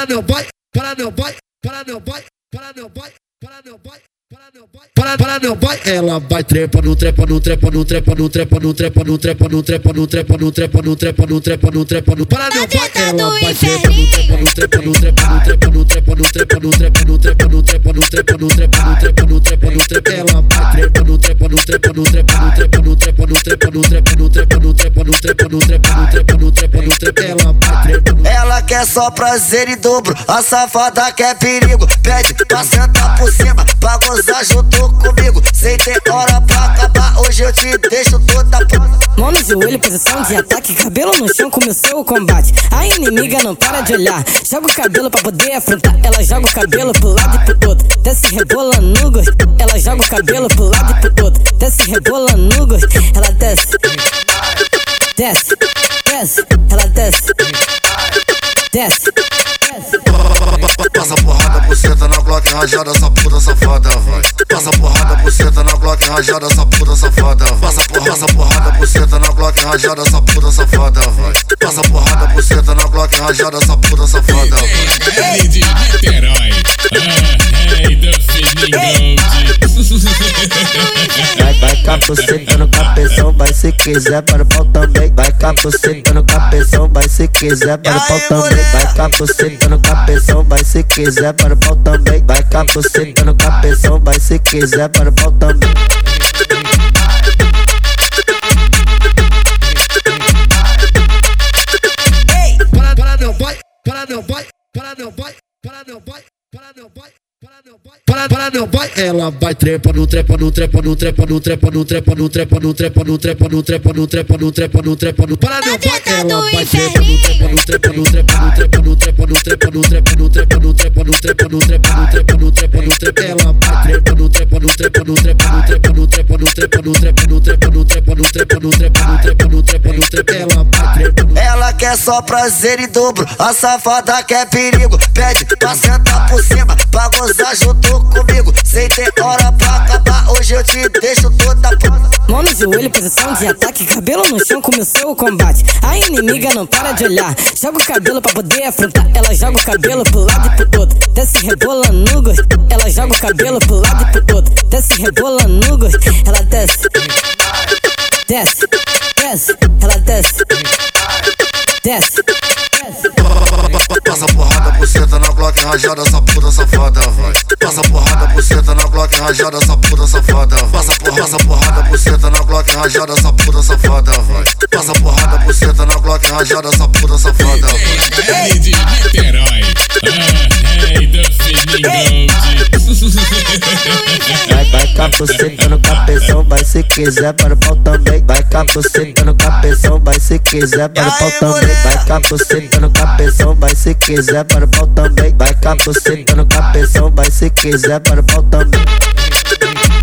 meu boy, para meu boy, para meu boy, para meu boy, para meu boy. Para meu boy, ela vai trepa no trepa no trepa no trepa no trepa no trepa no trepa no trepa no trepa no trepa no trepa no trepa no trepa no para meu boy, ela vai trepa no trepa no trepa no trepa no trepa no trepa no trepa no trepa no trepa no trepa no trepa no trepa no trepa no trepa ela vai trepa no trepa no trepa no trepa no trepa no trepa no trepa no trepa no trepa no trepa no trepa no trepa no trepa no trepa no trepa ela vai trepa. Ela quer só prazer em dobro, a safada quer perigo, pede pra sentar por cima, pra gozar junto comigo, sem ter hora pra acabar, hoje eu te deixo toda pronta. Mão no joelho, posição de ataque, cabelo no chão, começou o combate. A inimiga não para de olhar, joga o cabelo pra poder afrontar. Ela joga o cabelo pro lado e pro outro, desce rebolando gosto. Ela joga o cabelo pro lado e pro outro, desce rebolando gosto. Ela desce, desce, desce, ela desce, desce, desce. Passa porrada, buceta na Glock rajada, essa puta safada vai. Passa porrada, buceta na Glock rajada, essa puta safada vai. Passa porrada, buceta na Glock rajada, essa puta safada vai. Passa porrada, buceta na Glock rajada, essa puta safada vai. Ele de Niterói, rei do Fernando. Vai capuceta no cabeção, vai se quiser para o pau também. Vai capuceta no cabeção, vai se quiser para o pau também. Vai capuceta no cabeção, vai se quiser para o pau também. Vai capuceta no cabeção, vai se quiser para o pau também. Para meu boy, para meu boy, para meu boy, para meu boy, para meu boy. Para meu boy, ela vai trepa no trepa no trepa no trepa no trepa no trepa no trepa no trepa no trepa no trepa no trepa no trepa no trepa no para meu boy, ela vai trepa no trepa no trepa no trepa no trepa no trepa no trepa no trepa no trepa no trepa no trepa no trepa no trepa no trepa no trepa ela vai trepa no trepa no trepa no trepa no trepa no trepa no trepa no trepa no trepa no trepa no trepa no trepa no trepa no trepa no trepa ela vai trepa. Ela quer só prazer em dobro, a safada quer perigo, pede pra sentar por cima, pra gozar junto comigo, sem ter hora pra acabar, hoje eu te deixo toda pronta. Mão no joelho, posição de ataque, cabelo no chão, começou o combate. A inimiga não para de olhar, joga o cabelo pra poder afrontar. Ela joga o cabelo pro lado e pro outro, desce rebolando gosto. Ela joga o cabelo pro lado e pro outro, desce rebolando gosto. Ela desce, desce, desce, ela desce, desce, desce. Passa porrada, buceta na Glock rajada, essa puta safada vai. Passa porrada, buceta na Glock rajada, essa puta safada vai. Passa porrada, buceta na Glock rajada, essa puta safada vai. Passa porrada, buceta na Glock rajada, essa puta safada vai. Ele de Niterói, rei do Fernando. Vai capuceta no cabeção, vai se quiser para o pau também. Vai capuceta no cabeção, vai se quiser para o pau também. Vai capuceta no cabeção, vai se quiser para o pau também. Vai capuceta no cabeção, vai se quiser para o pau também.